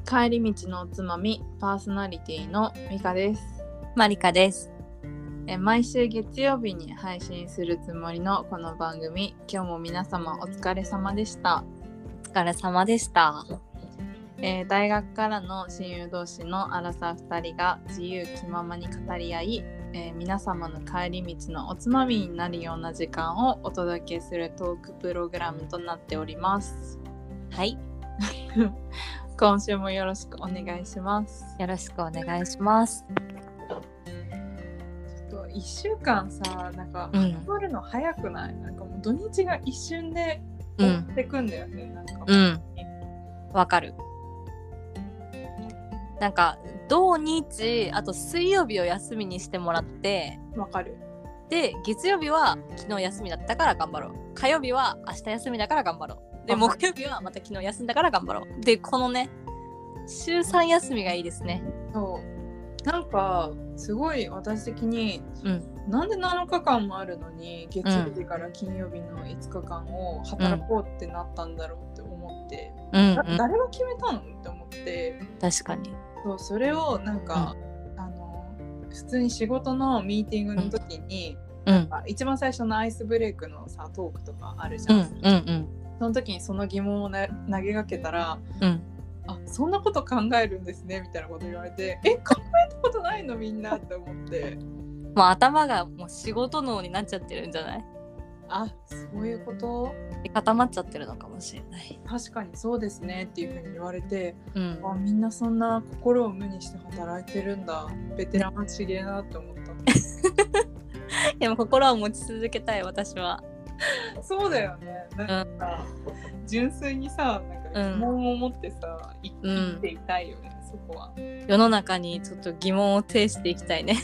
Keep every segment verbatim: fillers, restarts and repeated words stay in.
帰り道のおつまみパーソナリティのミカです。 マリカです。 え毎週月曜日に配信するつもりのこの番組、今日も皆様お疲れ様でした。 お疲れ様でした。 えー、大学からの親友同士のアラサーふたりが自由気ままに語り合い、えー、皆様の帰り道のおつまみになるような時間をお届けするトークプログラムとなっております。 はい今週もよろしくお願いします。 よろしくお願いします。 ちょっといっしゅうかんさ、なんか始まるの早くない？うん、なんかもう土日が一瞬で終わってくんだよね、うん、なんかうんわかる。なんか土日あと水曜日を休みにしてもらって、 わかる。 で月曜日は昨日休みだったから頑張ろう、火曜日は明日休みだから頑張ろう、で木曜日はまた昨日休んだから頑張ろう、でこのね週さん休みがいいですね。 そうなんかすごい私的に、 うん、 なんでなのかかんもあるのに月曜日から金曜日のいつかかんを働こうってなったんだろうって思って、うんうん、誰が決めたのって思って。 確かに。 そうそれをなんか、うん、あの普通に仕事のミーティングの時に、うん、なんか一番最初のアイスブレイクのさトークとかあるじゃん、うんうんうん、その時にその疑問を、ね、投げかけたら、うん、あそんなこと考えるんですねみたいなこと言われて、え考えたことないのみんなって思って、 もう頭がもう仕事脳になっちゃってるんじゃない？ あそういうこと固まっちゃってるのかもしれない。 確かにそうですねっていう風に言われて、 うん、 あみんなそんな心を無にして働いてるんだ、ベテランはちげえなって思ったでも心を持ち続けたい私は。 そうだよね。なんか、うん、純粋にさなんか疑問を持ってさ、うん、生きていたいよね、うん、そこは。 世の中にちょっと疑問を呈していきたいね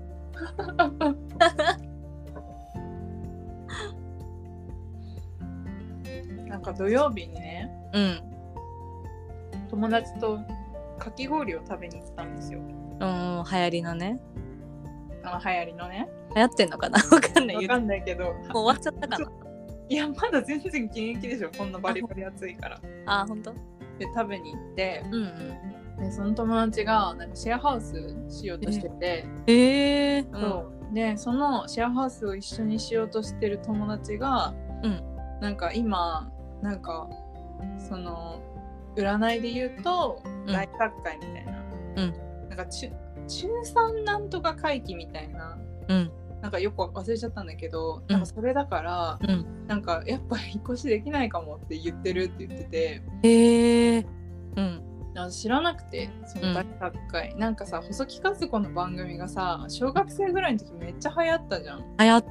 なんか土曜日にね、 うん、 友達とかき氷を食べに行ったんですよ。うん、 流行りのね。 あ流行りのね。 流行ってんのかなわかんない。 わかんないけど。もう終わっちゃったかな。 いやまだ全然現役でしょ。こんなバリバリ暑いから。 あ本当？ で食べに行って、うんうん、でその友達がなんかシェアハウスしようとしてて、 えー、 そう、うん、でそのシェアハウスを一緒にしようとしてる友達が、うん、なんか今なんかその占いで言うと大作会みたいな、うん、なんか中さんなんとか会期みたいな、うん、なんかよく忘れちゃったんだけど、うん、なんかそれだから、うん、なんかやっぱ引っ越しできないかもって言ってるって言ってて、 へえ、うん、 知らなくてその大作会、うん、なんかさ細木和子の番組がさ小学生ぐらいの時めっちゃ流行ったじゃん。 流行った。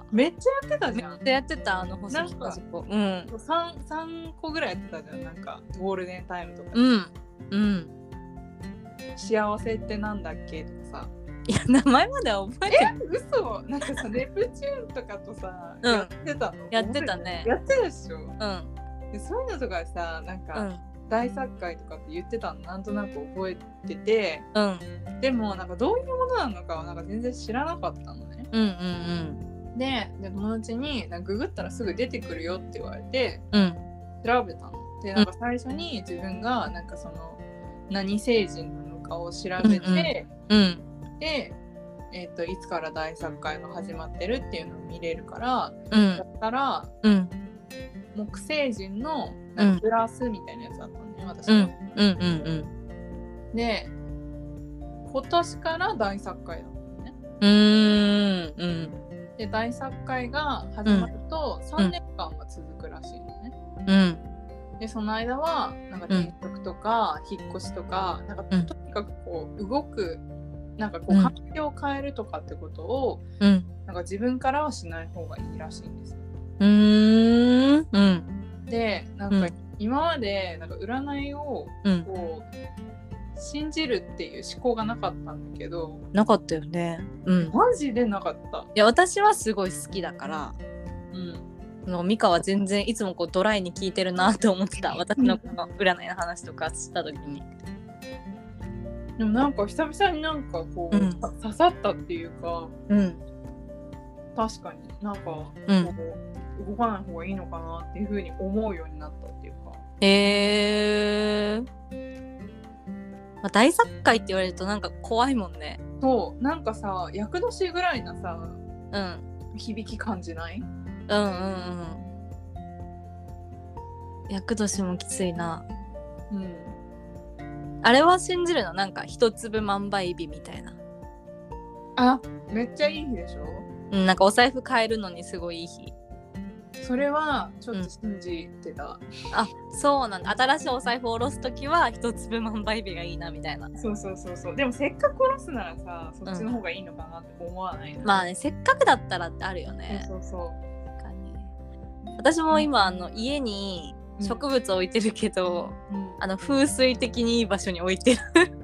めっちゃやってたじゃん。 めっちゃやってたあの細木和子。うん。 三三個ぐらいやってたじゃん。なんかゴールデンタイムとか。 うんうん。 幸せってなんだっけとかさ。 いや名前までは覚えてる。 え嘘。なんかさネプチューンとかとさ、うん、やってたの。 やってたね。 やってたでしょ。 うん。 でそういうのとかさなんか。うん大作会とかって言ってたのなんとなく覚えてて、うん、でもなんかどういうものなのかはなんか全然知らなかったのね、うんうんうん、で, で友達になんかググったらすぐ出てくるよって言われて、うん、調べたのでなんか最初に自分がなんかその何星人なのかを調べて、うんうん、で、えー、といつから大作会が始まってるっていうのを見れるから、うん、だったら、うん木星人のなんかプラスみたいなやつだったのね、うん、私は、うんうんうんうん、で今年から大作会だったのね。うーん、うん、で大作会が始まるとさんねんかんは続くらしいのね、うん、でその間はなんか転職とか引っ越しとか、なんかとにかくこう動くなんかこう環境を変えるとかってことを、うん、なんか自分からはしない方がいいらしいんですよ。うーん、うん、でなんか今までなんか占いをこう、うん、信じるっていう思考がなかったんだけど。 なかったよね、うん、 マジでなかった。いや私はすごい好きだから、うん、のミカは全然いつもこうドライに聞いてるなと思ってた私のこの占いの話とかした時にでもなんか久々になんかこう、うん、刺さったっていうか、うん、確かになんかこう、うん動かない方がいいのかなっていう風に思うようになったっていうか。 へー。 あ、大殺界って言われるとなんか怖いもんね。 そうなんかさ厄年ぐらいなさ、 うん、 響き感じない？ うんうんうん厄年もきついな。 うんあれは信じるの？なんか一粒万倍日みたいな。 あ、めっちゃいい日でしょ？ うん、なんかお財布買えるのにすごいいい日。 それはちょっと信じてた、うん、 あ、そうなんだ。新しいお財布を下ろすときは一粒万倍日がいいなみたいな。 そうそうそうそう。でもせっかく下ろすならさ、そっちの方がいいのかなって思わない、 うん、まあね、せっかくだったらってあるよね。 そうそうそう。 確かに。私も今あの家に植物置いてるけど、うん、あの風水的にいい場所に置いてる。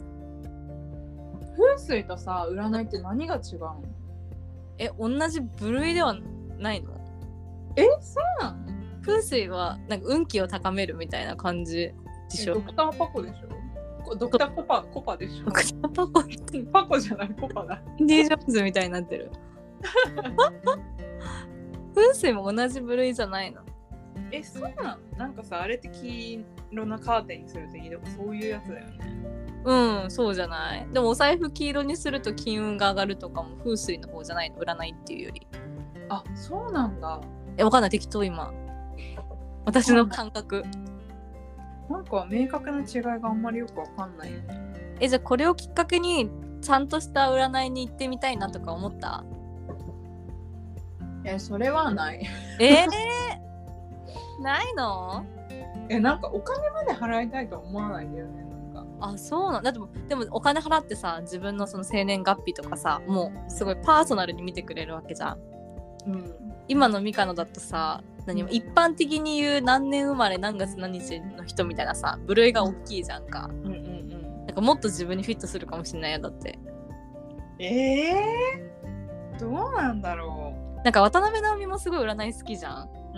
風水とさ占いって何が違うの？ え、同じ部類ではないの？ え、そうなの？ 風水はなんか運気を高めるみたいな感じでしょ。 ドクターパコでしょ？ドクターコパコパでしょ？ ドクターパコってパコじゃないコパだ。 インディ・ジョーンズみたいになってる。風水も同じ部類じゃないの？ え、そうなの？なんかさあれって黄色なカーテンにするといいとかそういうやつだよね。 うん、そうじゃない。でもお財布黄色にすると金運が上がるとかも風水の方じゃないの？占いっていうより。 あ、そうなんだ。 え、わかんない、適当今。私の感覚。 なんか明確な違いがあんまりよくわかんないよね。 え、じゃあこれをきっかけにちゃんとした占いに行ってみたいなとか思った？ え、それはない。 えー、ないの？ え、なんかお金まで払いたいと思わないんだよね。 あ、そうなんだ。でも、でもお金払ってさ、自分のその生年月日とかさ、もうすごいパーソナルに見てくれるわけじゃん。うん、今のミカノだとさ、何も一般的に言う何年生まれ何月何日の人みたいなさ、部類が大きいじゃんか。うんうんうん。なんかもっと自分にフィットするかもしれないよ、だって。 えー、どうなんだろう。なんか渡辺直美もすごい占い好きじゃん。うん。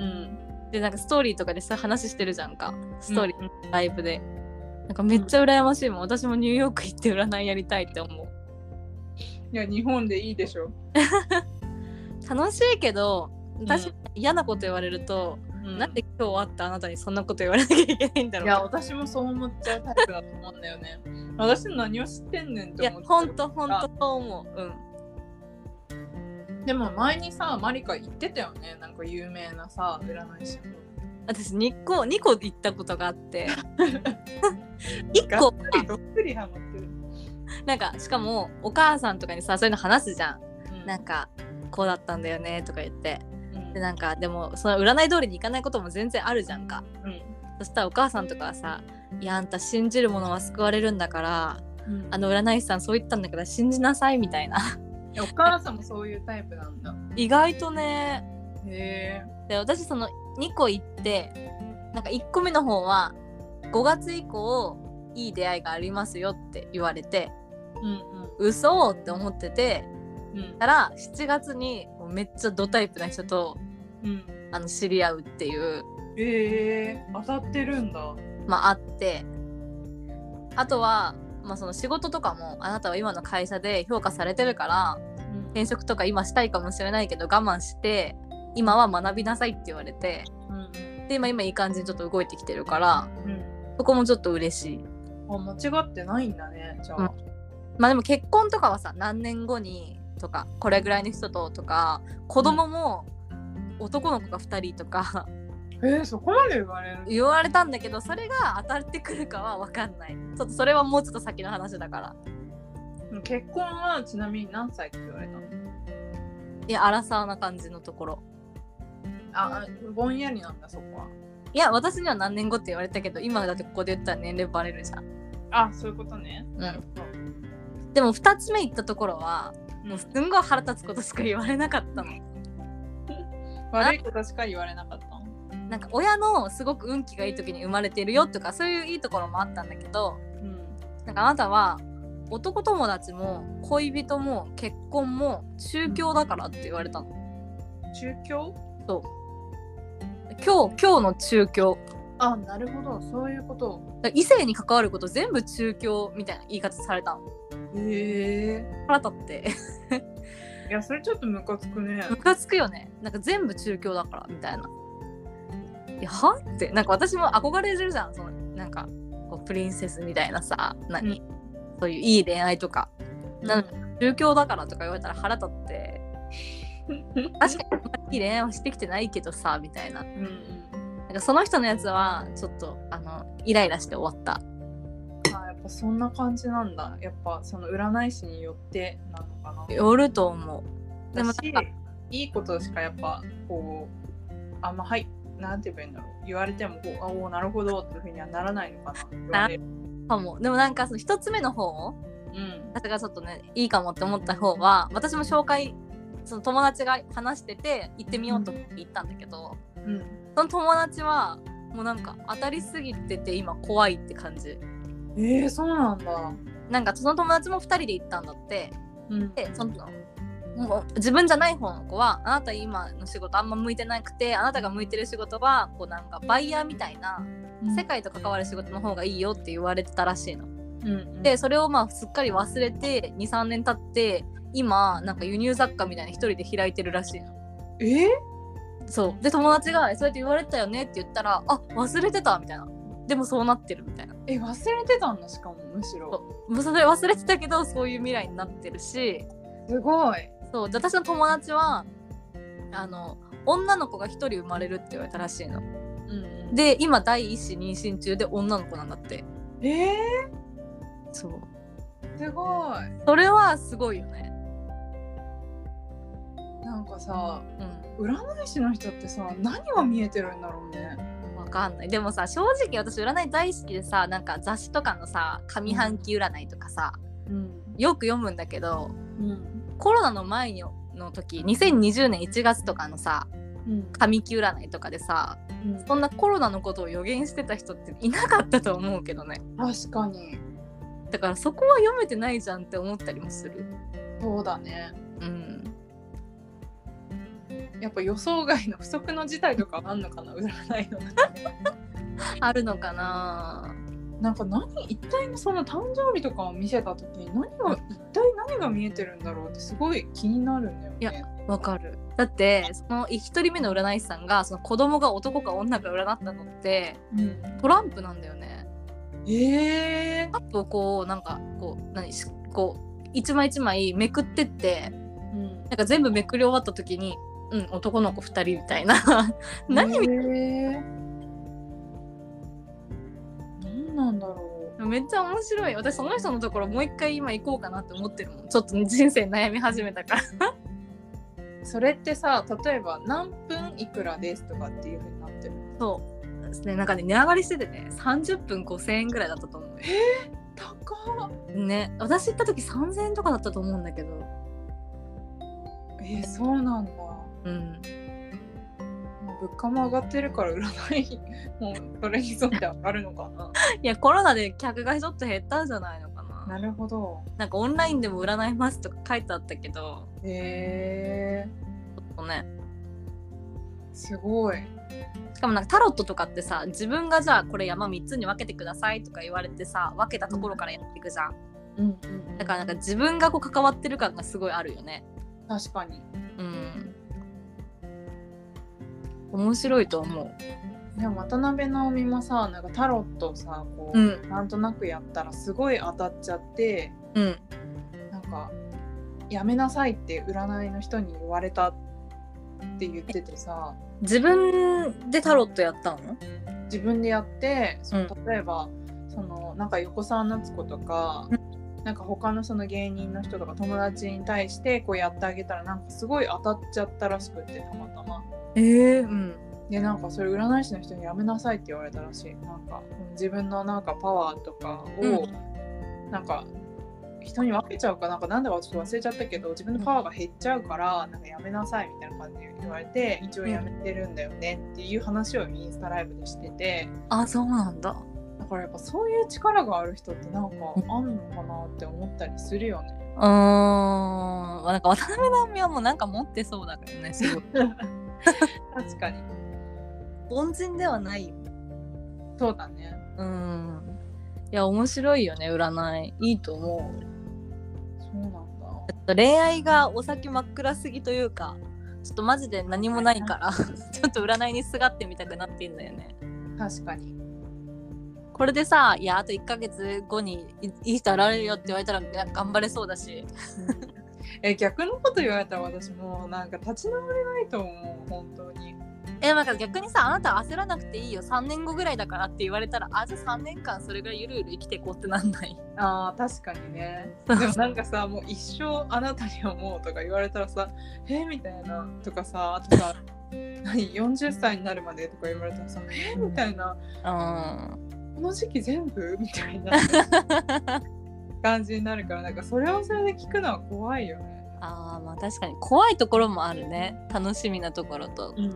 で、なんかストーリーとかでさ話してるじゃんか。ストーリー、うんうん、ライブで。なんかめっちゃ羨ましいもん、うん、私もニューヨーク行って占いやりたいって思う。 いや日本でいいでしょ。 楽しいけど私、うん、嫌なこと言われると、うん、なんで今日会ったあなたにそんなこと言われなきゃいけないんだろう。 いや私もそう思っちゃうタイプだと思うんだよね。私の何を知ってんねんって思っちゃう。いやほんとほんとそう思う。うん。でも前にさマリカ言ってたよね、なんか有名なさ占い師の。 私にこにこ行ったことがあっていっこどっぷりハマってる。 なんかしかもお母さんとかにさそういうの話すじゃん、うん、なんかこうだったんだよねとか言って、うん、でなんかでもその占い通りにいかないことも全然あるじゃんか、うん、そしたらお母さんとかはさ、いやあんた信じるものは救われるんだから、うん、あの占い師さんそう言ったんだから信じなさいみたいな。 お母さんもそういうタイプなんだ。 意外とね。 へー。で私そのにこ行ってなんかいっこめの方はごがつ以降いい出会いがありますよって言われて、うんうん、嘘って思ってて、うん、たらしちがつにもうめっちゃドタイプな人と、うん、あの知り合うっていう。 えー、当たってるんだ。 まああって、あとは、まあ、その仕事とかもあなたは今の会社で評価されてるから、うん、転職とか今したいかもしれないけど我慢して今は学びなさいって言われて、うん、で今今いい感じにちょっと動いてきてるから、うん、そこもちょっと嬉しい。 あ、間違ってないんだねじゃあ、うん、 まあでも結婚とかはさ何年後にとかこれぐらいの人ととか子供も男の子がふたりとか、 うん、えー、そこまで言われる言われたんだけどそれが当たってくるかは分かんない。ちょっとそれはもうちょっと先の話だから。 結婚はちなみに何歳って言われたの？ いやアラサーな感じのところ。 あ、ぼんやりなんだそこは。 いや私には何年後って言われたけど今だってここで言ったら年齢バレるじゃん。 あ、そういうことね。 うん。でもふたつめ行ったところは、うん、もうすんごい腹立つことしか言われなかったの。 悪いことしか言われなかったの？ なんか親のすごく運気がいい時に生まれてるよとかそういういいところもあったんだけど、うん、なんかあなたは男友達も恋人も結婚も中京だからって言われたの。 中京？ そう。今日今日の中京。 あ、なるほど、そういうこと。 異性に関わること全部中京みたいな言い方されたの。 へえ。 腹立って。 いやそれちょっとムカつくね。 ムカつくよね。なんか全部中京だからみたいな。いやはってなんか私も憧れるじゃん。そのなんかこうプリンセスみたいなさ何、うん、 そういういい恋愛とか、うん、なんか宗教だからとか言われたら腹立って確かにいい恋愛はしてきてないけどさみたいな、うんうん、なんかその人のやつはちょっとあのイライラして終わった。 あ、やっぱそんな感じなんだ。やっぱその占い師によってなのかな。 よると思う。 でもなんかいいことしかやっぱこうあんまはいなんて言えばいいんだろう、言われてもこうあおなるほどっていう風にはならないのかな。 かも。でもなんかその一つ目の方、うん、私がちょっとねいいかもって思った方は、私も紹介その友達が話してて行ってみようと思って行ったんだけど、うん、その友達はもうなんか当たりすぎてて今怖いって感じ。 えー、そうなんだ。 なんかその友達もふたりで行ったんだって、うん、でそのもう自分じゃない方の子はあなた今の仕事あんま向いてなくて、あなたが向いてる仕事はこうなんかバイヤーみたいな、うん、世界と関わる仕事の方がいいよって言われてたらしいの、うんうん、でそれをまあすっかり忘れて にさんねん経って今なんか輸入雑貨みたいに一人で開いてるらしいの。 えー、 そうで友達がそうやって言われてたよねって言ったら、あ忘れてたみたいな、でもそうなってるみたいな。 え忘れてたんだ。しかもむしろそうそれ忘れてたけどそういう未来になってるし、 すごい。 そうで私の友達はあの女の子が一人生まれるって言われたらしいの、うんうん、で今第一子妊娠中で女の子なんだって。 えー、 そうすごい。 それはすごいよね。 なんかさ、うん、占い師の人ってさ何が見えてるんだろうね。 わかんない。でもさ正直私占い大好きでさ、なんか雑誌とかのさ上半期占いとかさ、うん、よく読むんだけど、うん、コロナの前の時にせんにじゅうねんいちがつとかのさ、うん、上期占いとかでさ、うん、そんなコロナのことを予言してた人っていなかったと思うけどね。 確かに。 だからそこは読めてないじゃんって思ったりもする。 そうだね。うん。やっぱ予想外の不測の事態とかあんのかな占いの中であるのかな。 なんか何一体その誕生日とかを見せた時に何が一体何が見えてるんだろうってすごい気になるんだよね。 いやわかる。だってそのひとりめの占い師さんがその子供が男か女か占ったのって、うん、トランプなんだよね。 えー、 あとこうなんかこう何こう一枚一枚めくってって、うん、なんか全部めくり終わった時にうん、男の子ふたりみたいな何みたいな、えー、 何なんだろう。めっちゃ面白い。私その人のところもう一回今行こうかなって思ってるもん。ちょっと人生悩み始めたからそれってさ例えば何分いくらですとかっていう風になってる。 そうですね。なんかね値上がりしててねさんじゅっぷんごせんえんぐらいだったと思う。 えー、高っね。私行った時さんぜんえんとかだったと思うんだけど。 えー、そうなんだ。うん、物価も上がってるから占いもうそれに沿って上がるのかな。 いやコロナで客がちょっと減ったんじゃないのかな。 なるほど。 なんかオンラインでも占いますとか書いてあったけど。 へえー、 ちょっとねすごい。 しかもなんかタロットとかってさ自分がじゃあこれ山みっつに分けてくださいとか言われてさ分けたところからやっていくじゃん、うんうんうん、だからなんか自分がこう関わってる感がすごいあるよね。 確かに。 うん面白いと思う。 でも渡辺直美もさなんかタロットさこう、うん、なんとなくやったらすごい当たっちゃって、うん、なんかやめなさいって占いの人に言われたって言っててさ。 自分でタロットやったの？ 自分でやってその例えば、うん、そのなんか横澤夏子とか、うん、なんか他のその芸人の人とか友達に対してこうやってあげたらなんかすごい当たっちゃったらしくてたまたま。 えー、うん。 でなんかそれ占い師の人にやめなさいって言われたらしい。なんか自分のなんかパワーとかを、うん、なんか人に分けちゃうかなんかなんだかちょっと忘れちゃったけど自分のパワーが減っちゃうからなんかやめなさいみたいな感じで言われて一応やめてるんだよねっていう話をインスタライブでしてて。 あ、そうなんだ。 だからやっぱそういう力がある人ってなんかあんのかなって思ったりするよね。 うーん、なんか渡辺直美はもうなんか持ってそうだけどねすごい確かに凡人ではないよ。 そうだね。 うん。いや面白いよね占い。いいと思う。 そうなんだ。 恋愛がお先真っ暗すぎというかちょっとマジで何もないからちょっと占いにすがってみたくなってんだよね。 確かにこれでさ、いやあといっかげつごにいい人現れるよって言われたら頑張れそうだしえ逆のこと言われたら私もうなんか立ち直れないと思う本当に。 えなんか逆にさ、あなた焦らなくていいよさんねんごぐらいだからって言われたら、あじゃあさんねんかんそれぐらいゆるゆる生きていこうってなんない？ あー確かにね。でもなんかさもう一生あなたに思うとか言われたらさえみたいなとかさ、あとさ何よんじゅっさいになるまでとか言われたらさえみたいな、うん、この時期全部みたいな感じになるから、なんかそれをそれで聞くのは怖いよね。 あーまあ確かに怖いところもあるね、楽しみなところと、うんうん、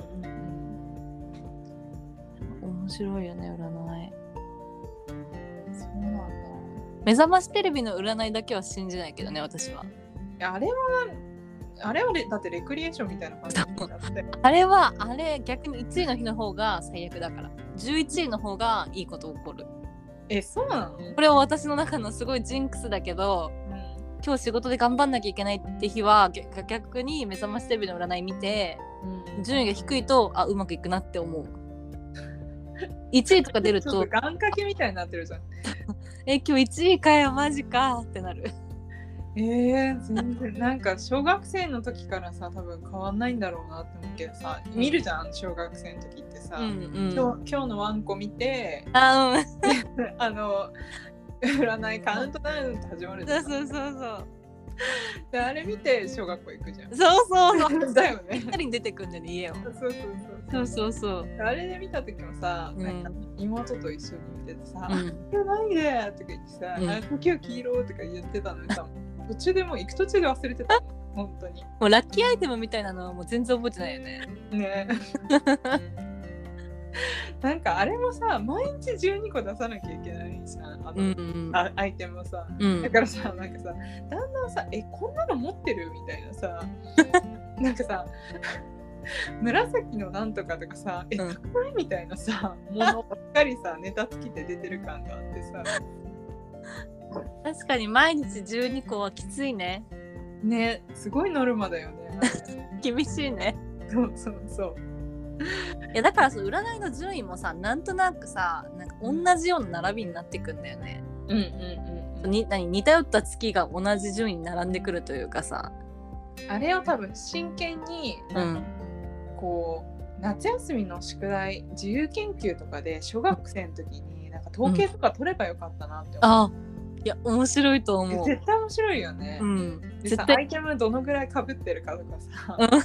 面白いよね占い。 そうなんだ。 目覚ましテレビの占いだけは信じないけどね私は。 いやあれはあれはだってレクリエーションみたいな感じだってあれはあれ逆にいちいの日の方が最悪だから、じゅういちいの方がいいこと起こる。 えそうなの？ これは私の中のすごいジンクスだけど、うん、今日仕事で頑張んなきゃいけないって日は逆に目覚ましテレビの占い見て、うん、順位が低いとあうまくいくなって思ういちいとか出るとちょっと願掛けみたいになってるじゃんえ今日いちいかよマジかってなる。 えー、全然なんか小学生の時からさ多分変わんないんだろうなって思うけどさ、見るじゃん小学生の時ってさ、うんうん、今日、今日のワンコ見てあ、うん、あの占いカウントダウンって始まるじゃん。 そうそうそうそうであれ見て小学校行くじゃん。 そうそうそうだよね。 ふたりに出てくんだよね家を。 そうそうそうそうそうあれで見た時もさ、うん、なんか妹と一緒に見ててさ「うん、今日何で?」とか言ってさ「うん、今日黄色」とか言ってたのにさ途中でもう行く途中で忘れてたの本当に。 もうラッキーアイテムみたいなのはもう全然覚えてないよね。 ねなんかあれもさ毎日じゅうにこ出さなきゃいけないじゃんあの、うんうん、あアイテムをさ、うん、だからさなんかさだんだんさえこんなの持ってるみたいなさなんかさ紫のなんとかとかさえ高い、うん、みたいなさものばっかりさネタつきで出てる感があってさ確かに毎日じゅうにこはきついね。 ねすごいノルマだよね厳しいね。 そうそうそういやだからそう占いの順位もさなんとなくさなんか同じような並びになってくんだよね。うんうんうん。に何似たよった月が同じ順位に並んでくるというかさ、 あれを多分真剣に、うん、こう夏休みの宿題自由研究とかで小学生の時になんか統計とか取ればよかったなって思う。 うん、あいや面白いと思う。 絶対面白いよね。うん、でさアイテムどのぐらい被ってるかとかさ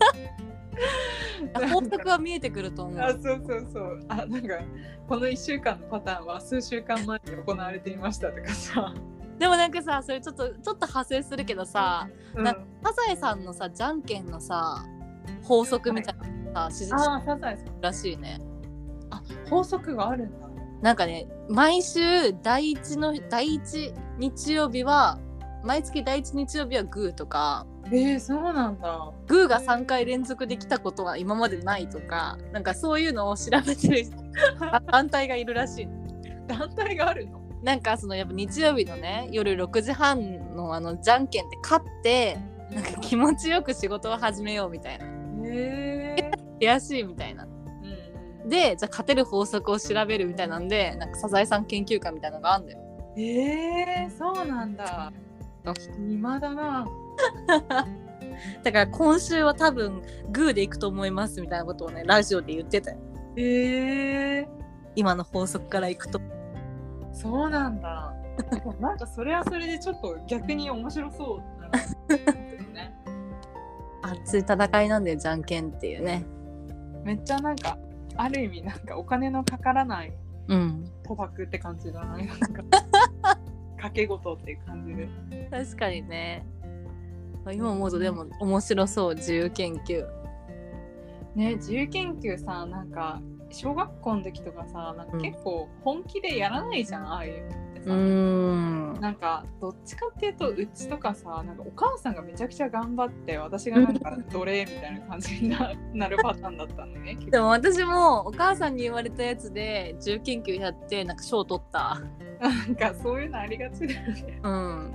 法則は見えてくると思う。 あ、そうそうそう。あ、なんかこのいっしゅうかんのパターンは数週間前に行われていましたとかさ。 でもなんかさ、それちょっとちょっと派生するけどさ、うん、なんかサザエさんのさじゃんけんのさ法則みたいなさ、指示らしいね。 あ、法則があるんだ。 なんかね、毎週第一の第一日曜日は毎月第一日曜日はグーとか。 えー、そうなんだ。 グーがさんかい連続できたことは今までないとか、なんかそういうのを調べてる団体がいるらしい。 団体があるの？ なんかそのやっぱ日曜日のね夜ろくじはんのあのじゃんけんで勝ってなんか気持ちよく仕事を始めようみたいな。へえ。悔しいみたいな。うん、でじゃあ勝てる法則を調べるみたいなんでなんかサザエさん研究会みたいなのがあるんだよ。 へえ、そうなんだ。暇だな。 だから今週は多分グーでいくと思いますみたいなことをねラジオで言ってたよ。へえ。今の法則からいくと。 そうなんだ。なんかそれはそれでちょっと逆に面白そうだな、ね、 熱い戦いなんだよじゃんけんっていうね。 めっちゃなんかある意味なんかお金のかからない賭博って感じだな、うん、なんか賭け事っていう感じで。 確かにね。今思うとでも面白そう自由研究ね。自由研究さなんか小学校の時とかさなんか結構本気でやらないじゃん、うん、ああいうのってさ。うーんなんかどっちかっていうとうちとかさなんかお母さんがめちゃくちゃ頑張って私がなんか奴隷みたいな感じに な, なるパターンだったのね。 でも私もお母さんに言われたやつで自由研究やってなんか賞取った。 なんかそういうのありがちだよね。 うん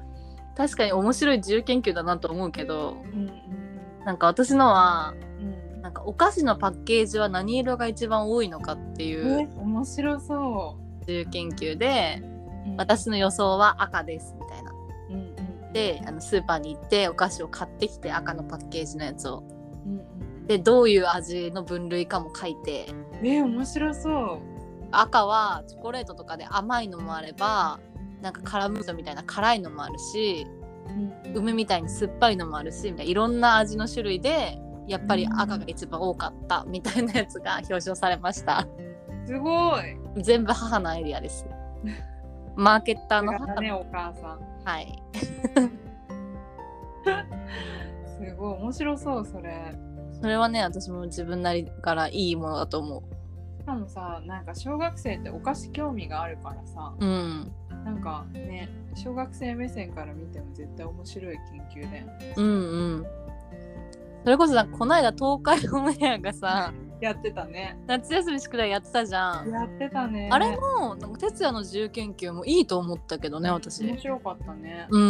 確かに面白い自由研究だなと思うけど、うんうん、なんか私のは、うん、 ん、なんかお菓子のパッケージは何色が一番多いのかっていう面白そう自由研究で、うん、私の予想は赤ですみたいな、 うんうん、 であのスーパーに行ってお菓子を買ってきて赤のパッケージのやつを、うんうん、でどういう味の分類かも書いて、 えー、面白そう。 赤はチョコレートとかで甘いのもあればなんかカラムーチョみたいな辛いのもあるし、うん、梅みたいに酸っぱいのもあるしみたいないろんな味の種類でやっぱり赤が一番多かったみたいなやつが表彰されました。 すごい。 全部母のアイディアですマーケッターの母ね、お母さん。 はいすごい面白そう。それそれはね私も自分なりからいいものだと思う。 しかもさ、なんか小学生ってお菓子興味があるからさ、うん、なんかね小学生目線から見ても絶対面白い研究だよね。 うんうん。それこそなんかこの間東海オンエアがさやってたね。 夏休み宿題やってたじゃん。 やってたね。 あれもなんか哲也の自由研究もいいと思ったけどね私。 面白かったね。 うん。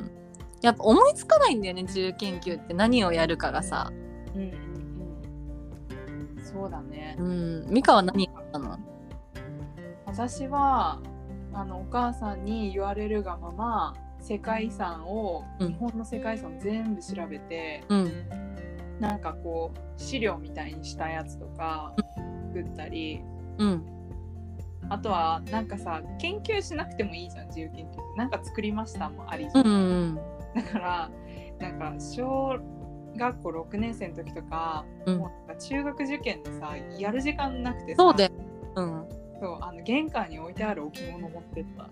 やっぱ思いつかないんだよね自由研究って何をやるかがさ。うんうんうん。 そうだね。 うん。ミカは何やったの？ 私はあのお母さんに言われるがまま世界遺産を、うん、日本の世界遺産を全部調べて、うん、なんかこう資料みたいにしたやつとか作ったり、うん、あとはなんかさ研究しなくてもいいじゃん自由研究なんか作りましたもんありじゃん、うんうん、だからなんか小学校ろくねん生の時とか、うん、もうなんか中学受験でさやる時間なくてさそうで、うん、 そうあの玄関に置いてある置物持ってった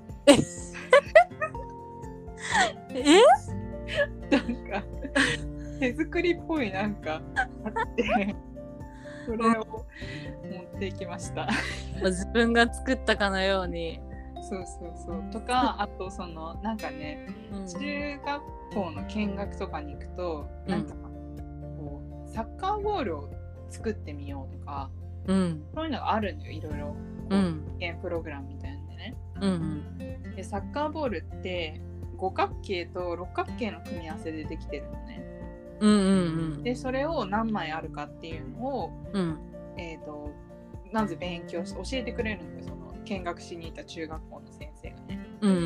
えなんか手作りっぽいなんかあってそれを持っていきました自分が作ったかのようにそうそうそうとかあとそのなんかね、うん、中学校の見学とかに行くと、うん、なんかこうサッカーボールを作ってみようとか、うん、そういうのがあるんだよいろいろこう、うん、ゲームプログラムみたいなんでね、うんうん、でサッカーボールって五角形と六角形の組み合わせでできてるのね、うんうんうん、でそれを何枚あるかっていうのを、うんえーと、まず勉強し教えてくれるんですよその見学しに行った中学校の先生がね、うんうん、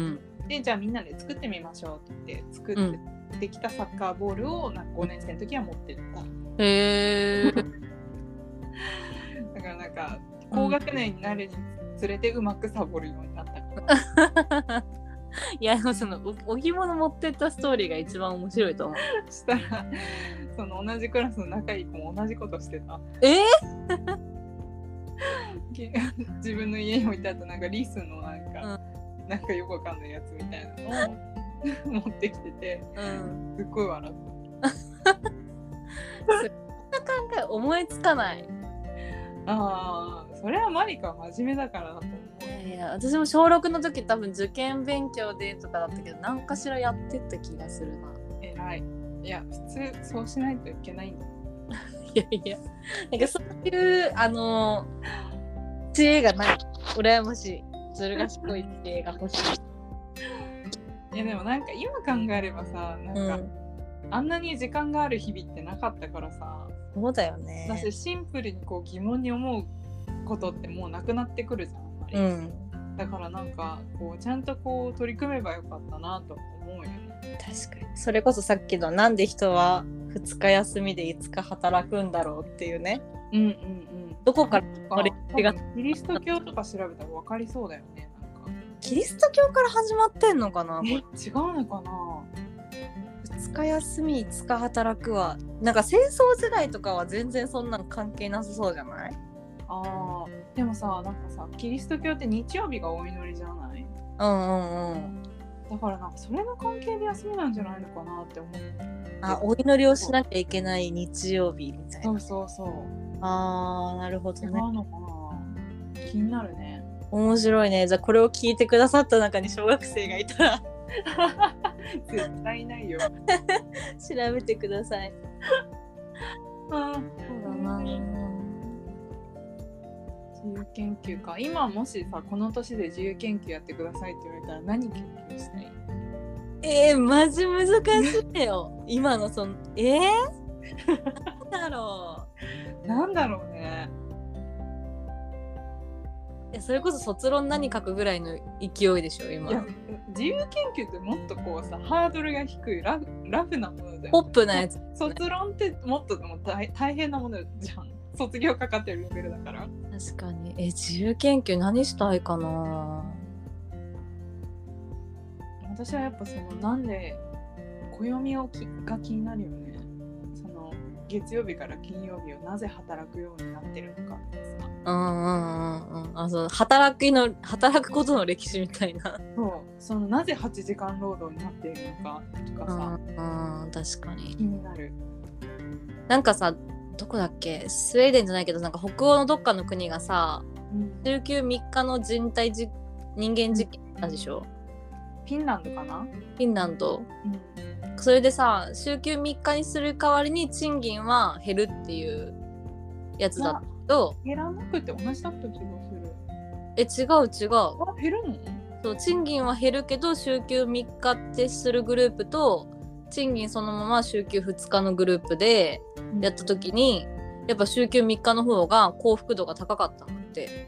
でじゃあみんなで作ってみましょうって言って作ってきたサッカーボールをなんかごねん生の時は持ってった。へーだからなんか高学年になるにつれてうまくサボるようになったからいやでもその置物持ってったストーリーが一番面白いと思うしたらその同じクラスの仲いい子も同じことしてた。 えー、自分の家に置いてあったなんかリスのなんか、うん、なんかよくわかんないやつみたいなのを持ってきてて、うん、すっごい笑ったそんな考え思いつかない。 ああそれはマリカは真面目だからだと思う。 いや私も小ろくの時多分受験勉強でとかだったけど何かしらやってった気がするな。 偉い。いや普通そうしないといけないんだいやいやなんかそういうあの知恵がない羨ましいずる賢い知恵が欲しい。 いやでもなんか今考えればさなんか、うん、あんなに時間がある日々ってなかったからさ。 そうだよね。 だしシンプルにこう疑問に思うことってもうなくなってくるじゃんあんまり、うん、だからなんかこうちゃんとこう取り組めばよかったなと思うよね。 確かにそれこそさっきのなんで人はふつか休みでいつか働くんだろうっていうね、うんうんうん、どこからキリスト教とか調べたら分かりそうだよね。なんかキリスト教から始まってんのかな。 え違うのかな。 ふつか休みいつか働くはなんか戦争時代とかは全然そんなん関係なさそうじゃない。 あでもさなんかさキリスト教って日曜日がお祈りじゃない。 うんうんうんだからなんかそれの関係で休みなんじゃないのかなって思う。 あお祈りをしなきゃいけない日曜日みたいな。 そうそうそう。 あーなるほどね。違うのかな気になるね。 面白いね。じゃあこれを聞いてくださった中に小学生がいたら絶対いないよ調べてくださいあそうだな。自由研究か。今もしさこの年で自由研究やってくださいって言われたら何研究したい？ えー、マジ難しいよ今のそのえー、なんだろなんだろうね。 それこそ卒論何書くぐらいの勢いでしょ今。 いや自由研究ってもっとこうさハードルが低いラフラフなものだよね。 ポップなやつ、ね、 卒論ってもっとも大大変なものじゃん。卒業かかってるレベルだから。 確かに。え自由研究何したいかな。 私はやっぱそのなんで暦をきが気になるよね。その月曜日から金曜日をなぜ働くようになってるのかってさ。 うんうんうんうん。あ、そう働きの働くことの歴史みたいな。 そうそのなぜはちじかん労働になっているのかとかさ。 うんうん確かに。 気になる。なんかさどこだっけスウェーデンじゃないけどなんか北欧のどっかの国がさ、うん、週休みっかの人体じ人間実験なんでしょ。 フィンランドかな。 フィンランド。うん、それでさ週休みっかにする代わりに賃金は減るっていうやつだったけど。 減らなくて同じだった気がする。 え違う違う。 あ減るの？ そう賃金は減るけど週休みっかってするグループと賃金そのまま週休ふつかのグループでやった時に、うん、やっぱ週休みっかの方が幸福度が高かったのって。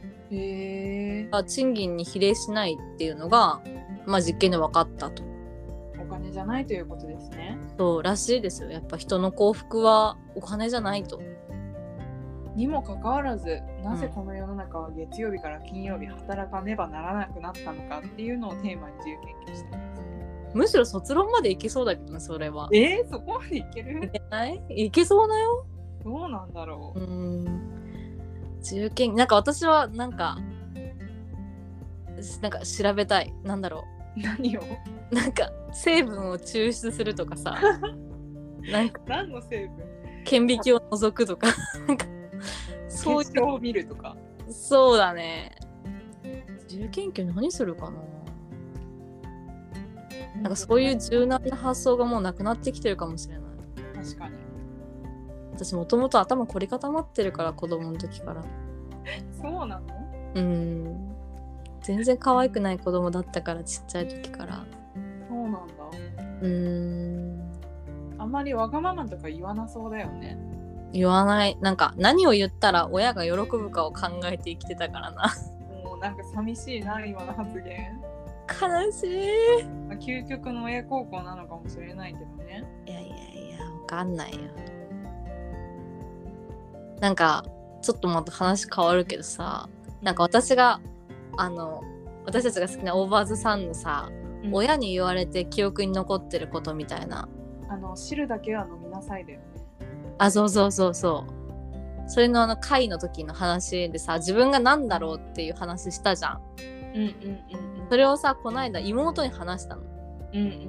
へー。賃金に比例しないっていうのがまあ実験で分かったと。 お金じゃないということですね。 そうらしいですよ。やっぱ人の幸福はお金じゃないと。 にもかかわらずなぜこの世の中は月曜日から金曜日働かねばならなくなったのかっていうのをテーマに自由研究しています。 むしろ卒論までいけそうだけどねそれは。 えー、そこまでいける？ いけない？いけそうだよ。 どうなんだろう。 うーん自由研究なんか私はなんかなんか調べたい。なんだろう何をなんか成分を抽出するとかさなんか何の成分？ 顕微鏡を覗くとかなんかそういうを見るとか。 そうだね。自由研究何するかな。なんかそういう柔軟な発想がもうなくなってきてるかもしれない。 確かに。 私もともと頭凝り固まってるから子供の時から。 そうなの？ うん。全然可愛くない子供だったからちっちゃい時から。 そうなんだ。 うーん。 あんまりわがままとか言わなそうだよね。 言わない。なんか何を言ったら親が喜ぶかを考えて生きてたからな。 もうなんか寂しいな今の発言。 悲しい。 まあ、究極の親孝行なのかもしれないけどね。 いやいやいやわかんないよ。なんかちょっとまた話変わるけどさ、なんか私があの私たちが好きなオーバーズさんのさ、うん、親に言われて記憶に残ってることみたいな。 あの汁だけは飲みなさいだよね。 あそうそうそうそう。それのあの会の時の話でさ自分が何だろうっていう話したじゃん。 うんうんうん、うん、 それをさこの間妹に話したの。 うんうんうん、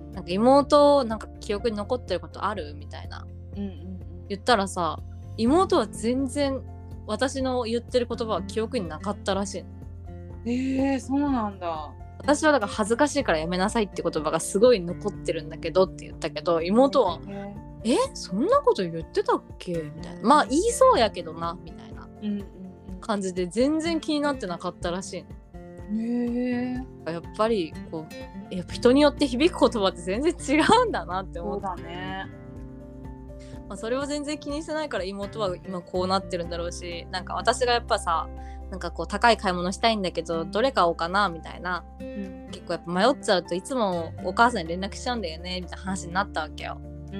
なんか妹なんか記憶に残ってることあるみたいな、 うんうんうん、 言ったらさ妹は全然私の言ってる言葉は記憶になかったらしい。 えー、そうなんだ。 私はだから恥ずかしいからやめなさいって言葉がすごい残ってるんだけどって言ったけど妹は、えー、えそんなこと言ってたっけみたいな。まあ言いそうやけどなみたいな感じで全然気になってなかったらしい。 へえー、 やっぱりこうやっぱ人によって響く言葉って全然違うんだなって思った。 そうだね。 まあ、それを全然気にしてないから妹は今こうなってるんだろうし、なんか私がやっぱさなんかこう高い買い物したいんだけどどれ買おうかなみたいな、うん、結構やっぱ迷っちゃうといつもお母さんに連絡しちゃうんだよねみたいな話になったわけよ、うん、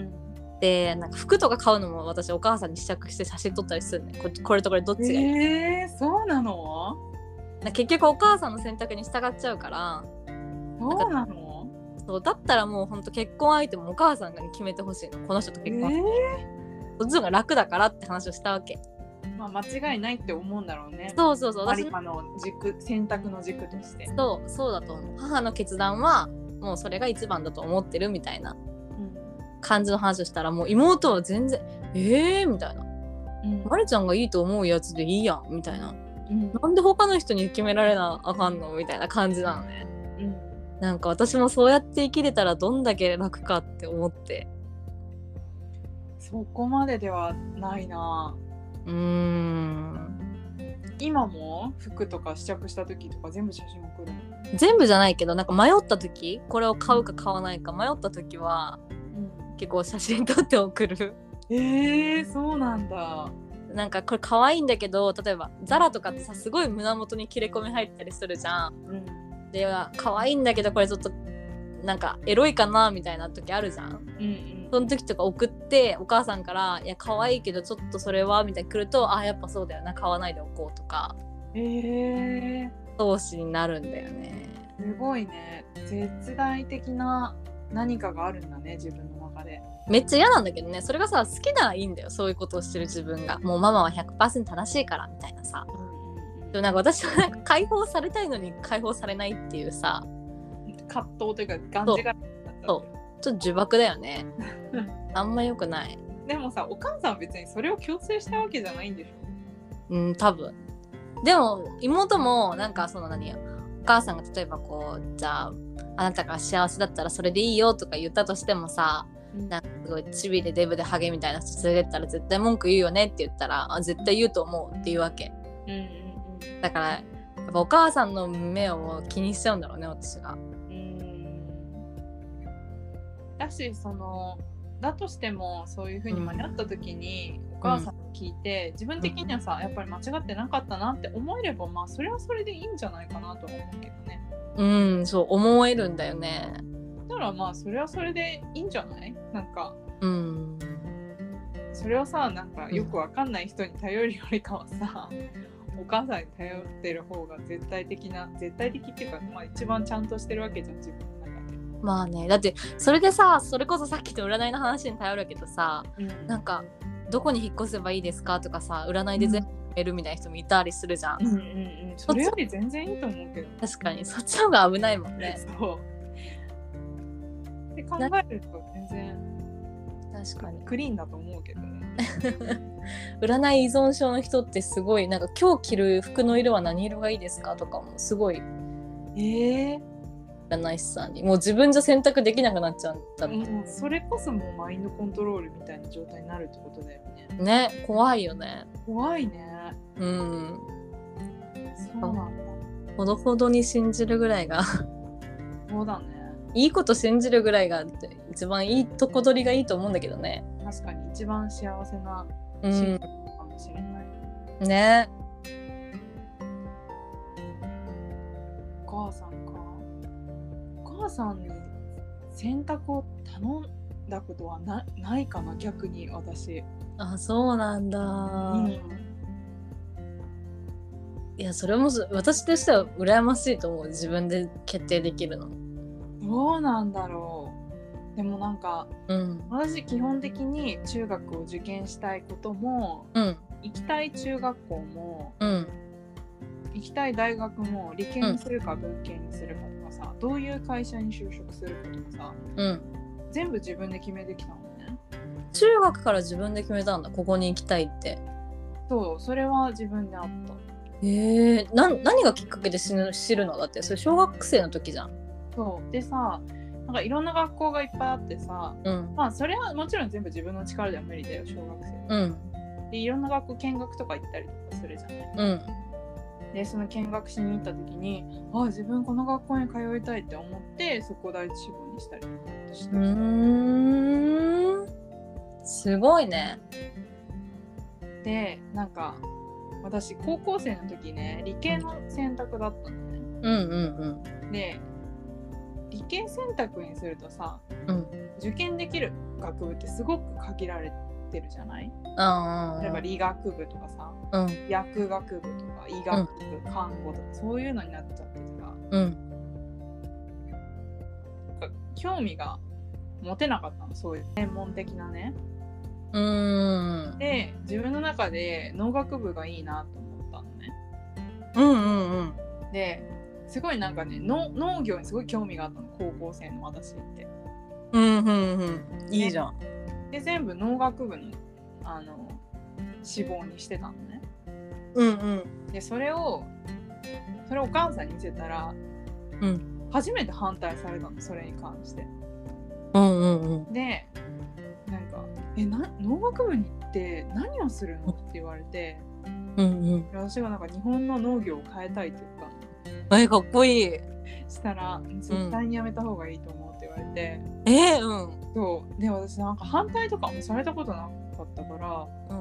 でなんか服とか買うのも私お母さんに試着して写真撮ったりするね。 こ, これとこれどっちがいい？ えー、そうなの？ 結局お母さんの選択に従っちゃうから。 そうなの？ そうだったらもうほんと結婚相手もお母さんが決めてほしいの。この人と結婚、えー、そっちの方が楽だからって話をしたわけ。 まあ間違いないって思うんだろうね。 そうそうそう。 マリカの軸選択の軸として。 そうそうだと思う。母の決断はもうそれが一番だと思ってるみたいな感じの話をしたら、もう妹は全然えーみたいな、うん、マリちゃんがいいと思うやつでいいやんみたいな、うん、なんで他の人に決められなあかんのみたいな感じなのね、うん、なんか私もそうやって生きれたらどんだけ楽かって思って。 そこまでではないな。 うーん今も服とか試着した時とか全部写真送るの？ 全部じゃないけどなんか迷った時これを買うか買わないか迷った時は、うん、結構写真撮って送る。 えー、そうなんだ。 なんかこれ可愛いんだけど、例えばザラとかってさすごい胸元に切れ込み入ったりするじゃん、うん、で可愛いんだけどこれちょっとなんかエロいかなみたいな時あるじゃん、うんうん、その時とか送ってお母さんからいや可愛いけどちょっとそれはみたいに来ると、あやっぱそうだよな、買わないでおこうとか、えー、投資になるんだよね。 すごいね、絶大的な何かがあるんだね、自分の中で。 めっちゃ嫌なんだけどね、それがさ好きならいいんだよ、そういうことをしてる自分が。もうママは ひゃくパーセント 正しいからみたいなさ、うん、でもなんか私はなんか解放されたいのに解放されないっていうさ葛藤というかがんじがらめになっちゃって、 そうちょっと呪縛だよねあんま良くない。 でもさお母さん別にそれを強制したわけじゃないんでしょ。 うん多分。でも妹もなんかその何よ、お母さんが例えばこうじゃああなたが幸せだったらそれでいいよとか言ったとしてもさ、なんかすごいチビでデブでハゲみたいな人連れてったら絶対文句言うよねって言ったら、あ絶対言うと思うっていうわけ、うんうんうん、だからやっぱお母さんの目を気にしちゃうんだろうね私が。うんだしそのだとしてもそういう風に間に合った時に、うん、お母さんに聞いて、うん、自分的にはさやっぱり間違ってなかったなって思えれば、まあそれはそれでいいんじゃないかなと思うけどね。 うんそう思えるんだよね。 だからまあそれはそれでいいんじゃない？なんか、うん、それをさなんかよくわかんない人に頼るよりかはさ、うん、お母さんに頼ってる方が絶対的な絶対的っていうか、まあ、一番ちゃんとしてるわけじゃん自分の中で。 まあねだってそれでさそれこそさっきの占いの話に頼るけどさ、うん、なんかどこに引っ越せばいいですかとかさ占いで全部決めるみたいな人もいたりするじゃん、うんうんうん、 それより全然いいと思うけど。 確かにそっちの方が危ないもんね。 そうって考えると全然確かにクリーンだと思うけどね占い依存症の人ってすごいなんか今日着る服の色は何色がいいですかとかもすごいえー、占い師さんにもう自分じゃ選択できなくなっちゃったって、 うん、それこそもうマインドコントロールみたいな状態になるってことだよね。 ね怖いよね。 怖いね。うんそうなんだ。 ほどほどに信じるぐらいがそうだね。 いいこと信じるぐらいが一番いいとこ取りがいいと思うんだけどね。 確かに一番幸せな信じかもしれない、 うん、ね。 お母さんか。お母さんに洗濯を頼んだことは な, ないかな逆に私。 あそうなんだ、うん、いやそれも私としては羨ましいと思う。自分で決定できるの。 どうなんだろう。でもなんか、うん、私基本的に中学を受験したいことも、うん、行きたい中学校も、うん、行きたい大学も理系にするか文系にするかとかさ、うん、どういう会社に就職するかとかさ、うん、全部自分で決めてきたのね。 中学から自分で決めたんだここに行きたいって。 そうそれは自分であった。 えー、な何がきっかけで知るの？だってそれ小学生の時じゃん。 そうでさなんかいろんな学校がいっぱいあってさ、うん、まあそれはもちろん全部自分の力では無理だよ小学生、うん、でいろんな学校見学とか行ったりとかするじゃない、うん、でその見学しに行った時にあ自分この学校に通いたいって思ってそこを第一志望にしたりとかした。うーんすごいね。 でなんか私高校生の時ね理系の選択だったのね、うんうんうん、で理系選択にするとさ、うん、受験できる学部ってすごく限られてるじゃない？例えば理学部とかさ、うん、薬学部とか医学部、うん、看護とかそういうのになっちゃってさ、うん、興味が持てなかったのそういう専門的なね。うーんで自分の中で農学部がいいなと思ったのね。うんうんうん。ですごいなんかねの農業にすごい興味があったの高校生の私って。うんうんうんいいじゃん。で全部農学部のあの志望にしてたのね。うんうん。でそれをそれをお母さんに見せたら、うん、初めて反対されたのそれに関して。うんうんうん。でなんかえな農学部に行って何をするのって言われて、うんうん、私がなんか日本の農業を変えたいって言ったの。 えかっこいい。 したら絶対にやめた方がいいと思うって言われて、 うん、えー、うんそうで私なんか反対とかもされたことなかったから、うん、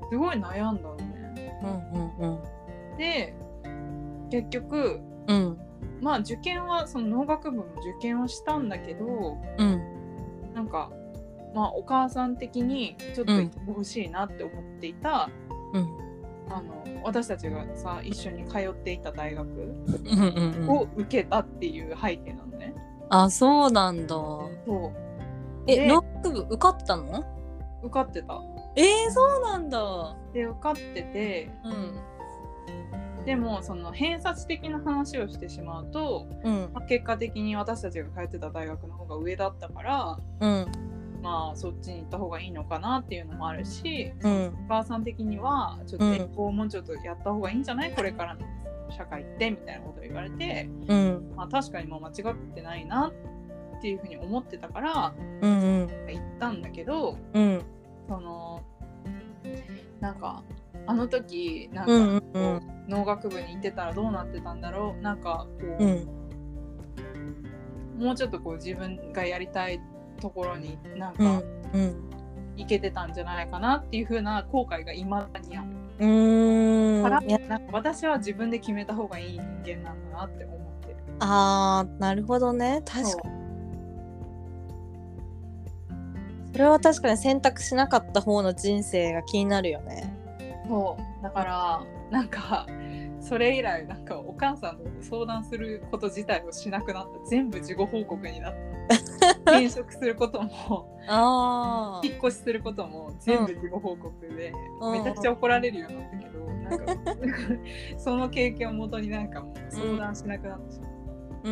すごい悩んだのね。うんうんうん、で結局、うん、まあ受験はその農学部も受験をしたんだけど、うん、なんかまあお母さん的にちょっと行ってほしいなって思っていた、うん、あの私たちがさ一緒に通っていた大学を受けたっていう背景なのね。 あ、そうなんだ。そうえ、農学部受かったの？ 受かってた。 えー、そうなんだ。 で受かってて、うん、でもその偏差値的な話をしてしまうと、うんまあ、結果的に私たちが通ってた大学の方が上だったから、うん、まあそっちに行った方がいいのかなっていうのもあるし、うん、お母さん的にはちょっと英語をもうちょっとやった方がいいんじゃない、これからの社会ってみたいなことを言われて、うんまあ、確かにもう間違ってないなっていうふうに思ってたから、うんうん、行ったんだけど、うん、そのなんかあの時なんかこう、うんうん、農学部に行ってたらどうなってたんだろう、なんかこう、うん、もうちょっとこう自分がやりたいところになんか、うんうん、行けてたんじゃないかなっていう風な後悔が未だにある。うーんからなんか私は自分で決めた方がいい人間なんだなって思ってる。 あー、なるほどね。確かにそれは確かに選択しなかった方の人生が気になるよね。 そうだからなんかそれ以来なんかお母さんと相談すること自体をしなくなった。全部事後報告になった。転職することもあ引っ越しすることも全部事後報告で、うん、めちゃくちゃ怒られるようになったけど、うん、なんかその経験をもとになんかもう相談しなくなってしまった。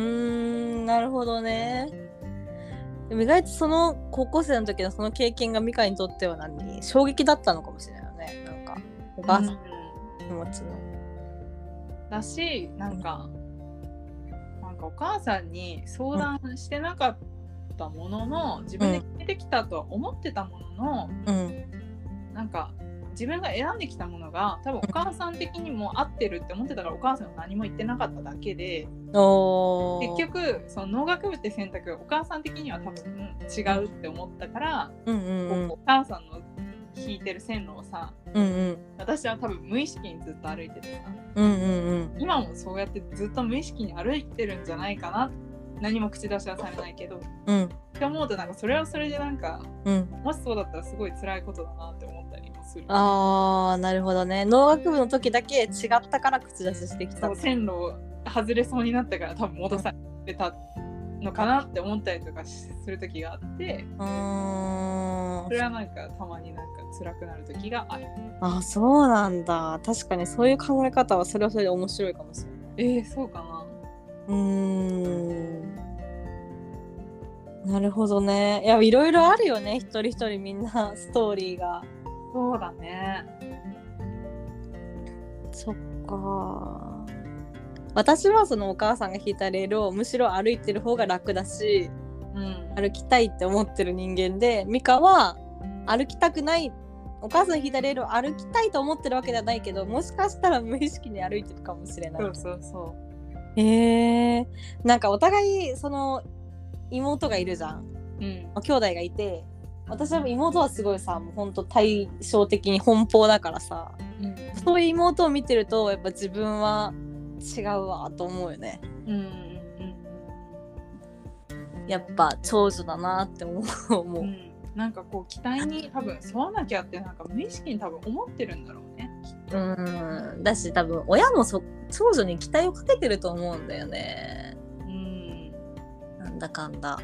うーん、なるほどね。でも意外とその高校生の時のその経験がミカにとっては何衝撃だったのかもしれないよね。なんかお母さんの気持ちの、 うん、だしなんか、うん、なんかお母さんに相談してなかったものの、うん、自分で決めてきたとは思ってたものの、うん、なんか自分が選んできたものが多分お母さん的にも合ってるって思ってたからお母さんは何も言ってなかっただけで、お結局その農学部って選択お母さん的には多分、うん、違うって思ったから、うんうんうん、お母さんの引いてる線路をさ、うんうん、私は多分無意識にずっと歩いててさ、うんうんうん、今もそうやってずっと無意識に歩いてるんじゃないかな、何も口出しはされないけど、うん、って思うとなんかそれはそれでなんか、うん、もしそうだったらすごい辛いことだなって思ったりもする。 あー、なるほどね。農学部の時だけ違ったから口出ししてきた。 そう、線路を外れそうになったから多分戻されたのかなって思ったりとかする時があって、うーん、それはなんかたまになんか辛くなる時がある。 あ、そうなんだ。確かにそういう考え方はそれはそれで面白いかもしれない。 えー、そうかな。 うーん、なるほどね。いや、いろいろあるよね、一人一人みんなストーリーが。 そうだね。 そっか。私はそのお母さんが引いたレールをむしろ歩いてる方が楽だし、うん、歩きたいって思ってる人間で、ミカは歩きたくない、お母さんが引いたレールを歩きたいと思ってるわけではないけど、もしかしたら無意識に歩いてるかもしれない。 そうそうそう。 へえー、なんかお互いその妹がいるじゃん、うん、兄弟がいて、私は妹はすごいさ、もうほんと対照的に奔放だからさ、うん、そういう妹を見てるとやっぱ自分は違うわと思うよね、うんうんうん、やっぱ長女だなって思う、 うん、なんかこう期待に多分沿わなきゃってなんか無意識に多分思ってるんだろうね、きっと。 うん、だし多分親もそ長女に期待をかけてると思うんだよね、うん、なんだかんだ。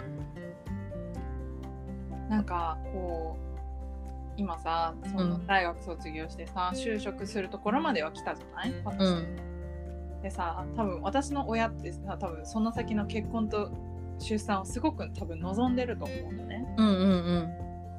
なんかこう今さ、その大学卒業してさ、うん、就職するところまでは来たじゃない、私、うん、でさ、多分私の親ってさ、多分その先の結婚と出産をすごく多分望んでると思うのね、うんうんうん、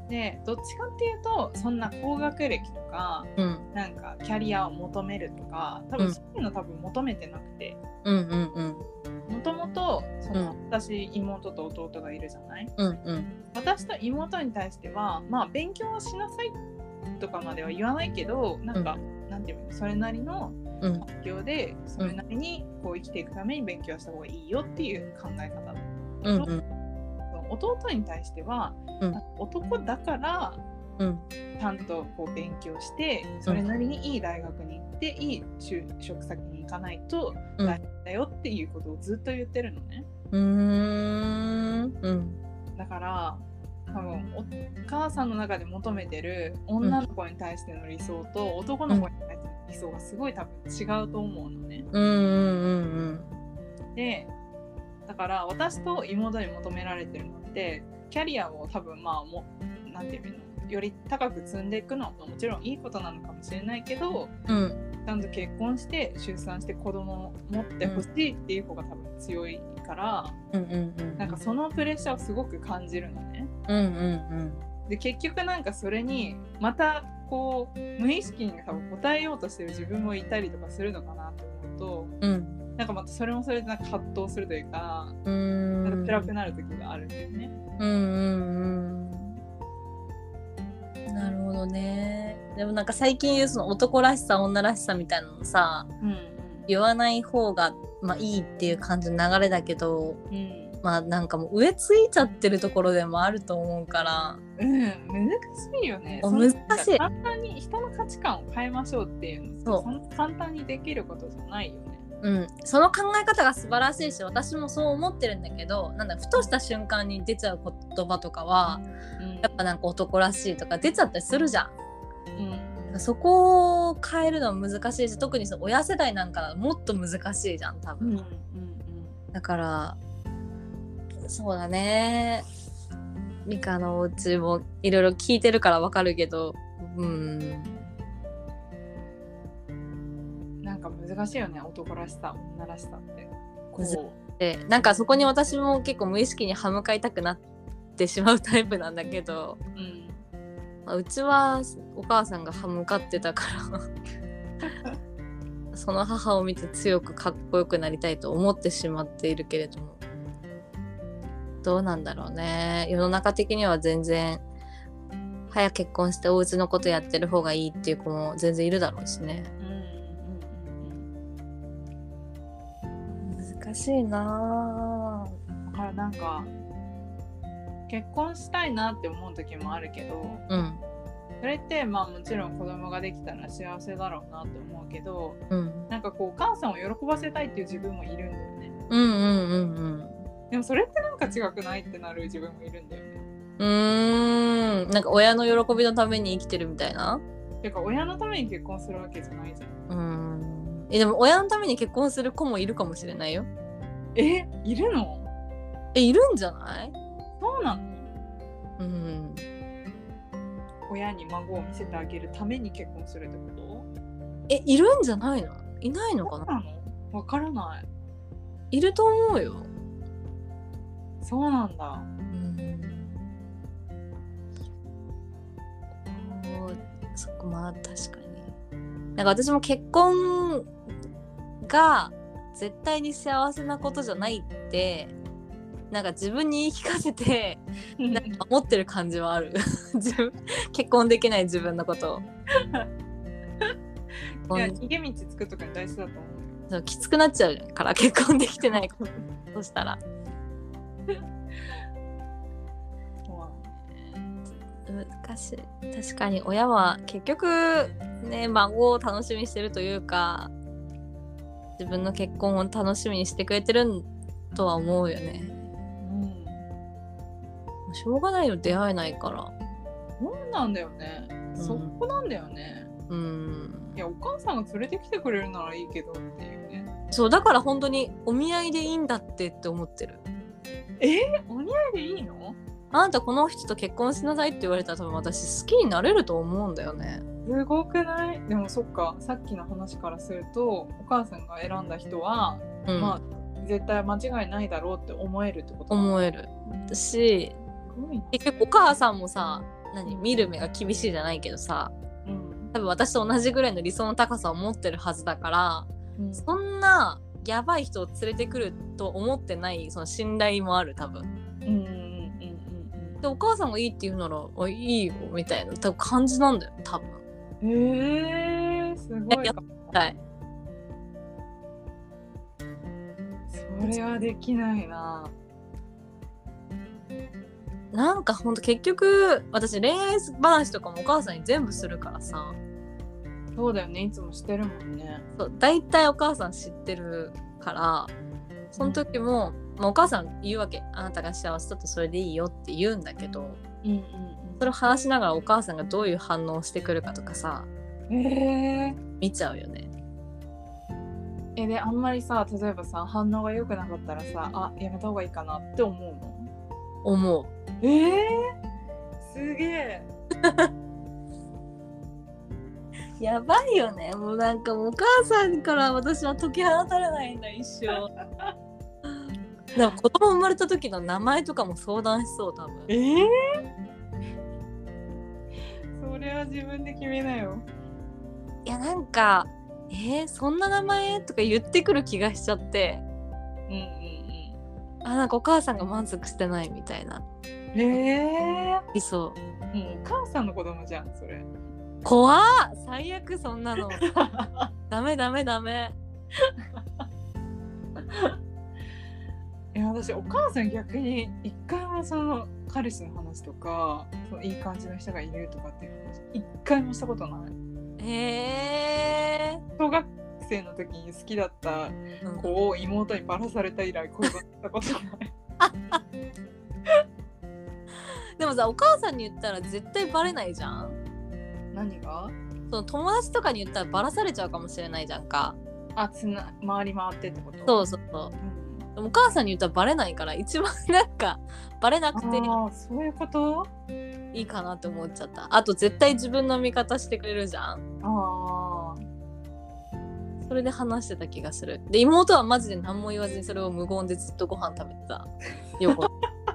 でどっちかっていうとそんな高学歴とか、うん、なんかキャリアを求めるとか多分そういうの多分求めてなくて、うんうんうんもともとその、うん、私妹と弟がいるじゃない、うんうん、私と妹に対してはまあ勉強はしなさいとかまでは言わないけど、なんか、うん、なんていうの、それなりの環境で、うん、それなりにこう生きていくために勉強した方がいいよっていう考え方だけど、うんうん、その弟に対しては、うん、男だからうん、ちゃんとこう勉強してそれなりにいい大学に行って、うん、いい就職先に行かないと大変だよっていうことをずっと言ってるのね。うーん、うん、だから多分お母さんの中で求めてる女の子に対しての理想と、うん、男の子に対しての理想がすごい多分違うと思うのね。うんうんうんうん、でだから私と妹に求められてるのってキャリアを多分まあもなんていうのより高く積んでいくのももちろんいいことなのかもしれないけど、うん、ちゃんと結婚して出産して子供を持ってほしいっていう方が多分強いから、うんうんうん、なんかそのプレッシャーをすごく感じるのね。うんうんうん、で結局なんかそれにまたこう無意識に多分応えようとしてる自分もいたりとかするのかなって思うと、うん、なんかまたそれもそれでなんか葛藤するというか、うーんなんか辛くなる時があるんだよね。うんうんうん、 なるほどね。でもなんか最近言うその男らしさ女らしさみたいなのさ、うん、言わない方が、まあ、いいっていう感じの流れだけど、うん、まあなんかもう植えついちゃってるところでもあると思うから、 うん難しいよね。 難しい。 簡単に人の価値観を変えましょうっていうのそうそん簡単にできることじゃないよね。 うん、その考え方が素晴らしいし私もそう思ってるんだけど、なんだふとした瞬間に出ちゃう言葉とかは、うん、やっぱなんか男らしいとか出ちゃったりするじゃん、うん、そこを変えるのは難しいし特にその親世代なんかもっと難しいじゃん多分、うんうんうん、だからそうだねミカのお家もいろいろ聞いてるから分かるけど、うんなんか難しいよね男らしさ女らしさってこうでなんかそこに私も結構無意識に歯向かいたくなってしまうタイプなんだけど、うんまあ、うちはお母さんが歯向かってたからその母を見て強くかっこよくなりたいと思ってしまっているけれどもどうなんだろうね。世の中的には全然早く結婚してお家のことやってる方がいいっていう子も全然いるだろうしね、難しいなぁ。だからなんか結婚したいなって思う時もあるけど、うん、それってまあもちろん子供ができたら幸せだろうなって思うけど、うん、なんかこうお母さんを喜ばせたいっていう自分もいるんだよね。うんうんうんうんでもそれってなんか違くないってなる自分もいるんだよね。 うーんなんか親の喜びのために生きてるみたいな。 てか親のために結婚するわけじゃないじゃん。 うんえでも親のために結婚する子もいるかもしれないよ。 えいるの？ えいるんじゃない？ そうなの？うん親に孫を見せてあげるために結婚するってこと？ えいるんじゃないの？いないのかな？ そうなの？わからない。 いると思うよ。 そうなんだ。うんそこまあ確かになんか私も結婚が絶対に幸せなことじゃないってなんか自分に言い聞かせてなんか思ってる感じはある自分結婚できない自分のことをいや逃げ道つくとかに大事だと思う。 そうきつくなっちゃうから結婚できてないそしたら難しい。確かに親は結局ね孫を楽しみにしてるというか自分の結婚を楽しみにしてくれてるとは思うよね、うん、しょうがないよ出会えないからそうなんだよね、うん、そこなんだよねうんいやお母さんが連れてきてくれるならいいけどっていうね。 そうだから本当にお見合いでいいんだってって思ってる。 えー、お見合いでいいの？ あなたこの人と結婚しなさいって言われたら多分私好きになれると思うんだよね。 すごくない？でもそっかさっきの話からするとお母さんが選んだ人は、うん、まあ絶対間違いないだろうって思えるってこと？ 思えるし結局お母さんもさ何見る目が厳しいじゃないけどさ、うん、多分私と同じぐらいの理想の高さを持ってるはずだから、うん、そんなやばい人を連れてくると思ってないその信頼もある多分、うんでお母さんがいいって言うならあいいよみたいな多分感じなんだよ多分。 へえー、すごい。はい。それはできないな。 なんかほんと結局私恋愛話とかもお母さんに全部するからさ。 そうだよね、いつもしてるもんね。 そう大体お母さん知ってるからその時も、うんまあ、お母さん言うわけ、あなたが幸せだとそれでいいよって言うんだけど、うんうんうん、それを話しながらお母さんがどういう反応をしてくるかとかさ、 えー、 見ちゃうよね。 えであんまりさ例えばさ反応が良くなかったらさあやめた方がいいかなって思うの？ 思う。 えー、すげえやばいよね。もうなんかもうお母さんから私は解き放たれないんだ一生でも子供生まれた時の名前とかも相談しそう多分。 えー、それは自分で決めなよ。 いやなんかえー、そんな名前とか言ってくる気がしちゃって、うんうんうん、あなんかお母さんが満足してないみたいな。 えー、 いそう。 もうお母さんの子供じゃんそれ。 怖っ最悪そんなのダメダメダメいや私お母さん逆に一回もその彼氏の話とかそのいい感じの人がいるとかっていう話一回もしたことない。 へー。 小学生の時に好きだった子を妹にバラされた以来恋バナしたことないでもさお母さんに言ったら絶対バレないじゃん。 何が？ その友達とかに言ったらバラされちゃうかもしれないじゃんか。 あつな回り回ってってこと？ そうそうそう、うん、でもお母さんに言ったらバレないから一番なんかバレなくてあそういうこといいかなって思っちゃった。あと絶対自分の味方してくれるじゃん。あそれで話してた気がする。で妹はマジで何も言わずにそれを無言でずっとご飯食べてた横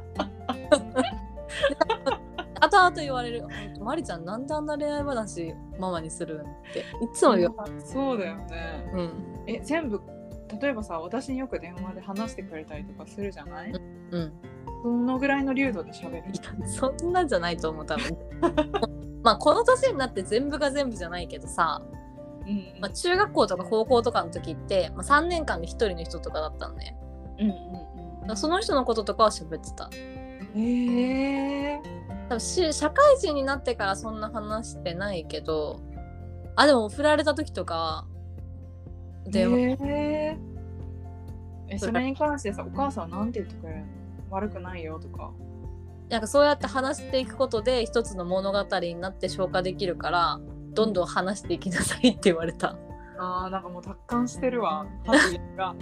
後々言われるマリちゃんなんであんな恋愛話ママにするんっていつも言う。 そうだよね、うん、え全部例えばさ私によく電話で話してくれたりとかするじゃない？うん、うん、そのぐらいの流度で喋る？いやそんなんじゃないと思う多分まあこの年になって全部が全部じゃないけどさ、うんうんまあ、中学校とか高校とかの時って、まあ、さんねんかんでひとりの人とかだったのね、うんうんうん、その人のこととかは喋ってた。へえー多分し社会人になってからそんな話してないけどあでも振られた時とか電話、 えー、えそれに関してさお母さんはなんて言ってくれるの？悪くないよとか。 なんかそうやって話していくことで一つの物語になって消化できるからどんどん話していきなさいって言われた。 あーなんかもう達観してるわ発言が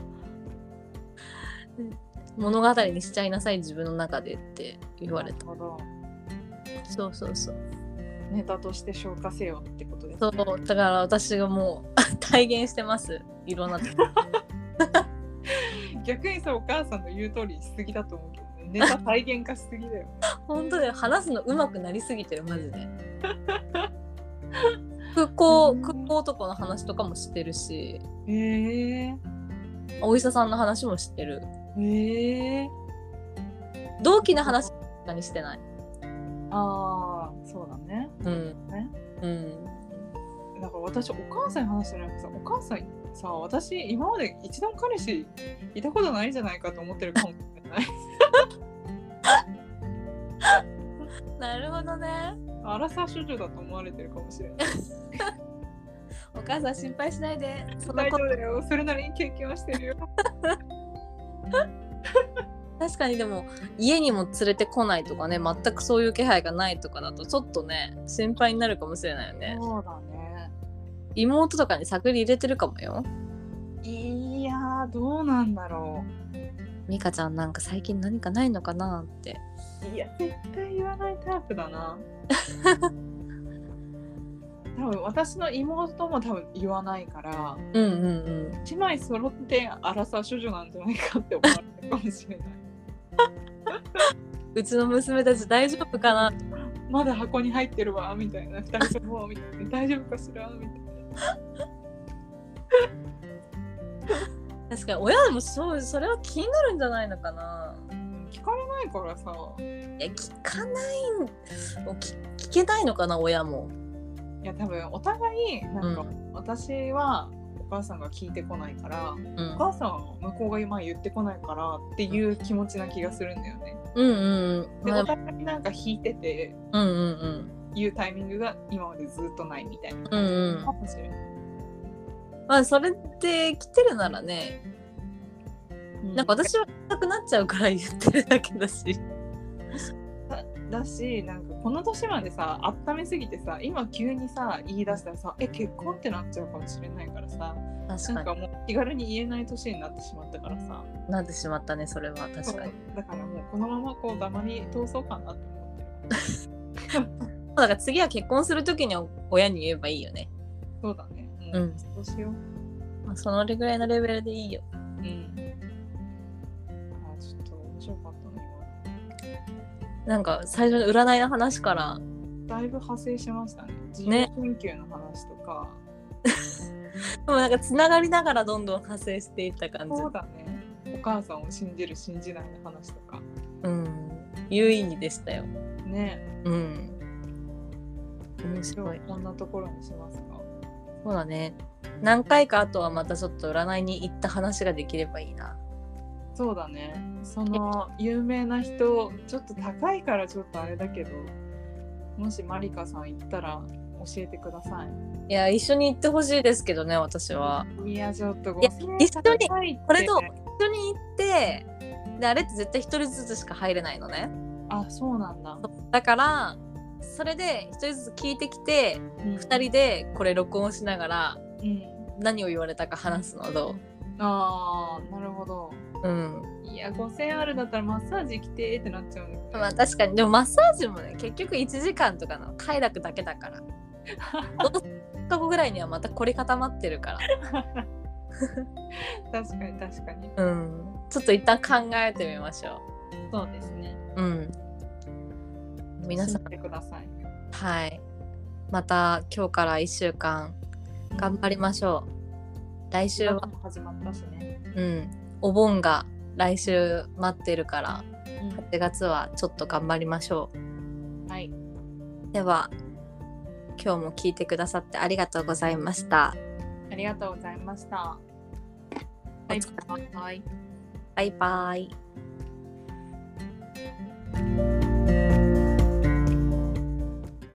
物語にしちゃいなさい自分の中でって言われた。なるほど。そうそうそうネタとして消化せよってことですね。 そうだから私がもう体現してますいろんな逆にさお母さんの言う通りしすぎだと思うけどねネタ体現化しすぎだよ本当だよ話すの上手くなりすぎてるマジで空港空港男の話とかもしてるしへえお医者さんの話もしてる。へえ同期の話にしてない。 ああそうだね。うん。ね。うん。だから私お母さんに話してないからさお母さんさ私今まで一度も彼氏いたことないんじゃないかと思ってるかもしれない。 なるほどね。 アラサー処女だと思われてるかもしれない。 お母さん心配しないで。 そ大丈夫だよ。それなりに経験はしてるよ。 確かにでも家にも連れてこないとかね全くそういう気配がないとかだとちょっとね心配になるかもしれないよね。 そうだね。 妹とかに探り入れてるかもよ。 いやーどうなんだろう。ミカちゃんなんか最近何かないのかなって。 いや絶対言わないタイプだな。多分私の妹も多分言わないから、うんうんうん、姉妹揃ってアラサー処女なんじゃないかって思われるかもしれない。 うちの娘たち大丈夫かなまだ箱に入ってるわみたいなふたりともみたいな大丈夫かしらみたいな。 確かに親でもそうそれは気になるんじゃないのかな。 聞かれないからさ。 いや聞かない聞, 聞けないのかな親も。 いや多分お互いなんか、うん、私は母さんが聞いてこないから、うん、お母さんは向こうが今言ってこないからっていう気持ちな気がするんだよね。 うんうんうん。 でお互いなんか引いてて、 うんうんうん、 いうタイミングが今までずっとないみたいな感じ、うんうん、 かもしれない。まあそれで来てるならね、うん、なんか私はなくなっちゃうから言ってるだけだし。 だしなんかこの年までさ温めすぎてさ今急にさ言い出したらさえ結婚ってなっちゃうかもしれないからさ、確かになんかもう気軽に言えない年になってしまったからさ。 なってしまったねそれは確かに。 だからもうこのままこう黙り通そうかなって思ってる。 だから次は結婚するときに親に言えばいいよね。 そうだね。 うん。うん、 そうしよう。 まあ、そのぐらいのレベルでいいよ。 うん。あちょっと面白かったね。 なんか最初の占いの話からだいぶ派生しましたね。自由研究の話とか。 ね、でもなんかつながりながらどんどん派生していった感じ。 そうだね。お母さんを信じる信じないの話とか。 うん。有意義でしたよ。 ね。 うん。面白い。 こんなところにしますか。 そうだね。何回かあとはまたちょっと占いに行った話ができればいいな。 そうだね。その有名な人ちょっと高いからちょっとあれだけど、もしマリカさん行ったら教えてください。 いや一緒に行ってほしいですけどね私は。 いやちょっとごせんえん高いって。一緒にこれと一緒に行ってであれって絶対一人ずつしか入れないのね。 あそうなんだ。 だからそれで一人ずつ聞いてきて、うん、ふたりでこれ録音しながら、うん、何を言われたか話すのどう？ あーなるほど。 うん、 いやごせんえんあるだったらマッサージ来てってなっちゃうね。 まあ確かにでもマッサージもね結局いちじかんとかの快楽だけだからごふんごぐらいにはまた凝り固まってるから確かに確かに、 うん、ちょっと一旦考えてみましょう。 そうですね。 うん皆さん信じてください。 はいまた今日からいっしゅうかん頑張りましょう、うん、来週は始まったしね。 うんお盆が来週待ってるから、うん、はちがつはちょっと頑張りましょう。はい。 では今日も聞いてくださってありがとうございました。 ありがとうございました。バイバイ。 バイバイ。